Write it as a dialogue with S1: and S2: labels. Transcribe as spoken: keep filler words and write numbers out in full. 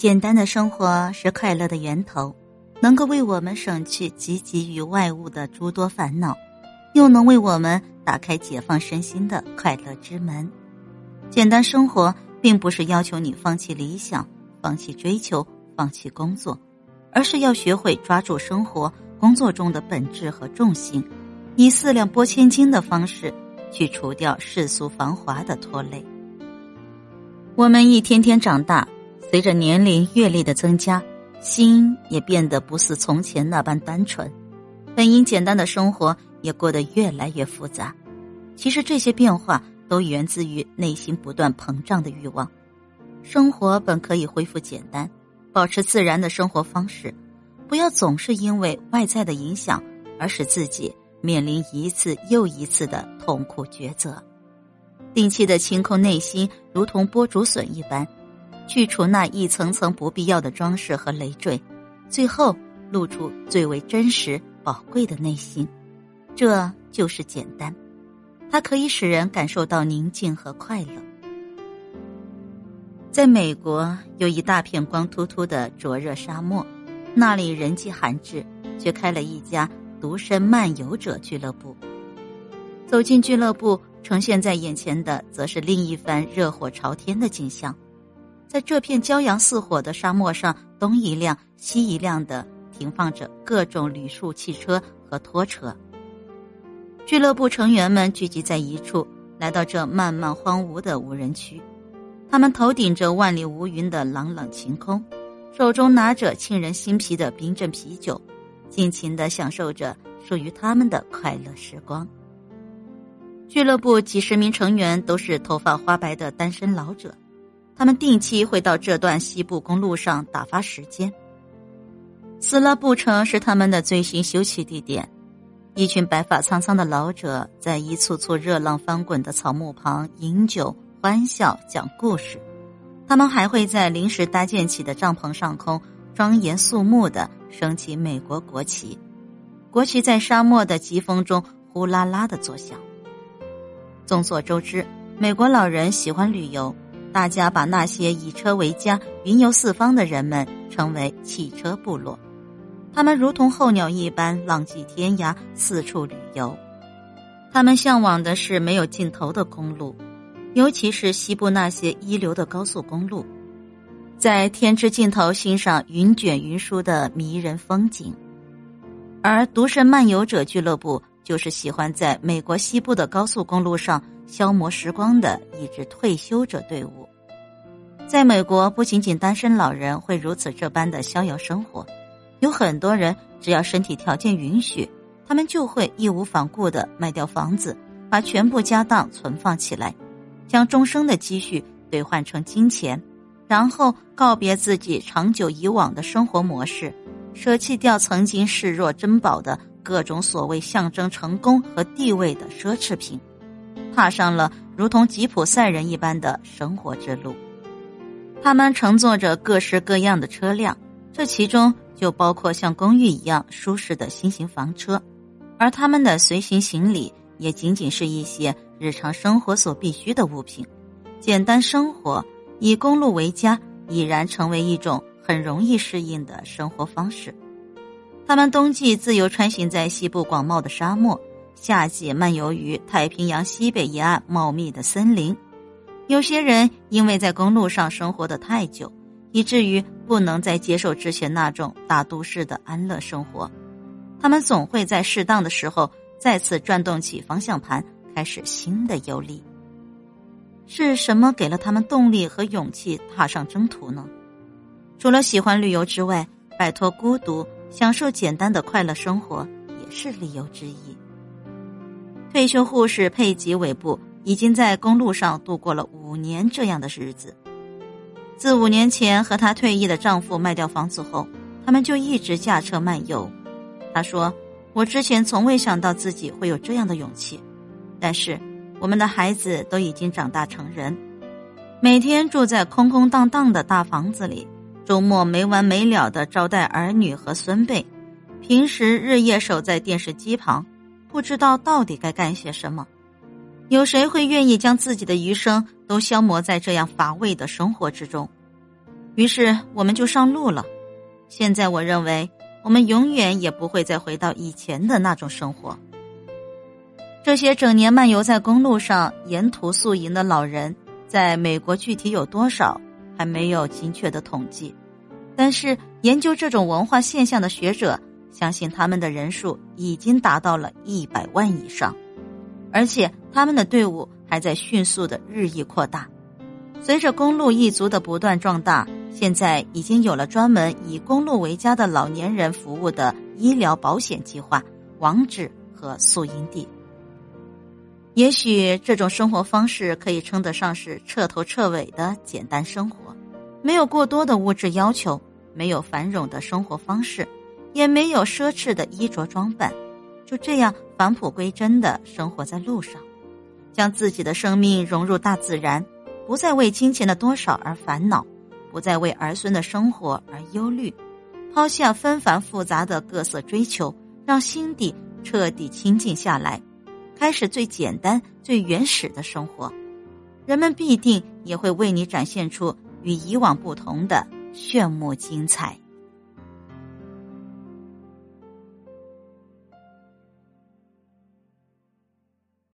S1: 简单的生活是快乐的源头，能够为我们省去汲汲于外物的诸多烦恼，又能为我们打开解放身心的快乐之门。简单生活并不是要求你放弃理想，放弃追求，放弃工作，而是要学会抓住生活工作中的本质和重心，以四两拨千斤的方式去除掉世俗繁华的拖累。我们一天天长大，随着年龄阅历的增加，心也变得不似从前那般单纯，本应简单的生活也过得越来越复杂。其实这些变化都源自于内心不断膨胀的欲望。生活本可以恢复简单，保持自然的生活方式，不要总是因为外在的影响而使自己面临一次又一次的痛苦抉择。定期的清空内心，如同剥竹笋一般，去除那一层层不必要的装饰和累赘，最后露出最为真实宝贵的内心。这就是简单，它可以使人感受到宁静和快乐。在美国有一大片光秃秃的灼热沙漠，那里人迹罕至，却开了一家独身漫游者俱乐部。走进俱乐部，呈现在眼前的则是另一番热火朝天的景象。在这片骄阳似火的沙漠上，东一辆西一辆的停放着各种旅宿汽车和拖车。俱乐部成员们聚集在一处，来到这漫漫荒芜的无人区。他们头顶着万里无云的朗朗晴空，手中拿着沁人心脾的冰镇啤酒，尽情地享受着属于他们的快乐时光。俱乐部几十名成员都是头发花白的单身老者，他们定期会到这段西部公路上打发时间。斯拉布城是他们的最新休憩地点，一群白发苍苍的老者在一簇簇热浪翻滚的草木旁饮酒欢笑讲故事。他们还会在临时搭建起的帐篷上空庄严肃穆地升起美国国旗，国旗在沙漠的疾风中呼啦啦地作响。众所周知，美国老人喜欢旅游，大家把那些以车为家云游四方的人们称为汽车部落。他们如同候鸟一般浪迹天涯，四处旅游。他们向往的是没有尽头的公路，尤其是西部那些一流的高速公路，在天之尽头欣赏云卷云舒的迷人风景。而独身漫游者俱乐部就是喜欢在美国西部的高速公路上消磨时光的一支退休者队伍。在美国，不仅仅单身老人会如此这般的逍遥生活，有很多人只要身体条件允许，他们就会义无反顾地卖掉房子，把全部家当存放起来，将终生的积蓄兑换成金钱，然后告别自己长久以往的生活模式，舍弃掉曾经视若珍宝的各种所谓象征成功和地位的奢侈品，踏上了如同吉普赛人一般的生活之路。他们乘坐着各式各样的车辆，这其中就包括像公寓一样舒适的新型房车，而他们的随行行李也仅仅是一些日常生活所必需的物品。简单生活，以公路为家，已然成为一种很容易适应的生活方式。他们冬季自由穿行在西部广袤的沙漠，夏季漫游于太平洋西北沿岸茂密的森林。有些人因为在公路上生活得太久，以至于不能再接受之前那种大都市的安乐生活，他们总会在适当的时候再次转动起方向盘，开始新的游历。是什么给了他们动力和勇气踏上征途呢？除了喜欢旅游之外，摆脱孤独，享受简单的快乐生活也是理由之一。退休护士佩吉韦布已经在公路上度过了五年这样的日子。自五年前和她退役的丈夫卖掉房子后，他们就一直驾车漫游。她说，我之前从未想到自己会有这样的勇气，但是我们的孩子都已经长大成人，每天住在空空荡荡的大房子里，周末没完没了地招待儿女和孙辈，平时日夜守在电视机旁，不知道到底该干些什么。有谁会愿意将自己的余生都消磨在这样乏味的生活之中？ 于是我们就上路了。现在我认为我们永远也不会再回到以前的那种生活。这些整年漫游在公路上沿途宿营的老人，在美国具体有多少还没有精确的统计，但是研究这种文化现象的学者相信他们的人数已经达到了一百万以上，而且他们的队伍还在迅速的日益扩大。随着公路一族的不断壮大，现在已经有了专门以公路为家的老年人服务的医疗保险计划、网址和宿营地。也许这种生活方式可以称得上是彻头彻尾的简单生活，没有过多的物质要求，没有繁荣的生活方式，也没有奢侈的衣着装扮，就这样返璞归真的生活在路上，将自己的生命融入大自然，不再为金钱的多少而烦恼，不再为儿孙的生活而忧虑，抛下纷繁复杂的各色追求，让心底彻底清静下来，开始最简单最原始的生活。人们必定也会为你展现出与以往不同的炫目精彩。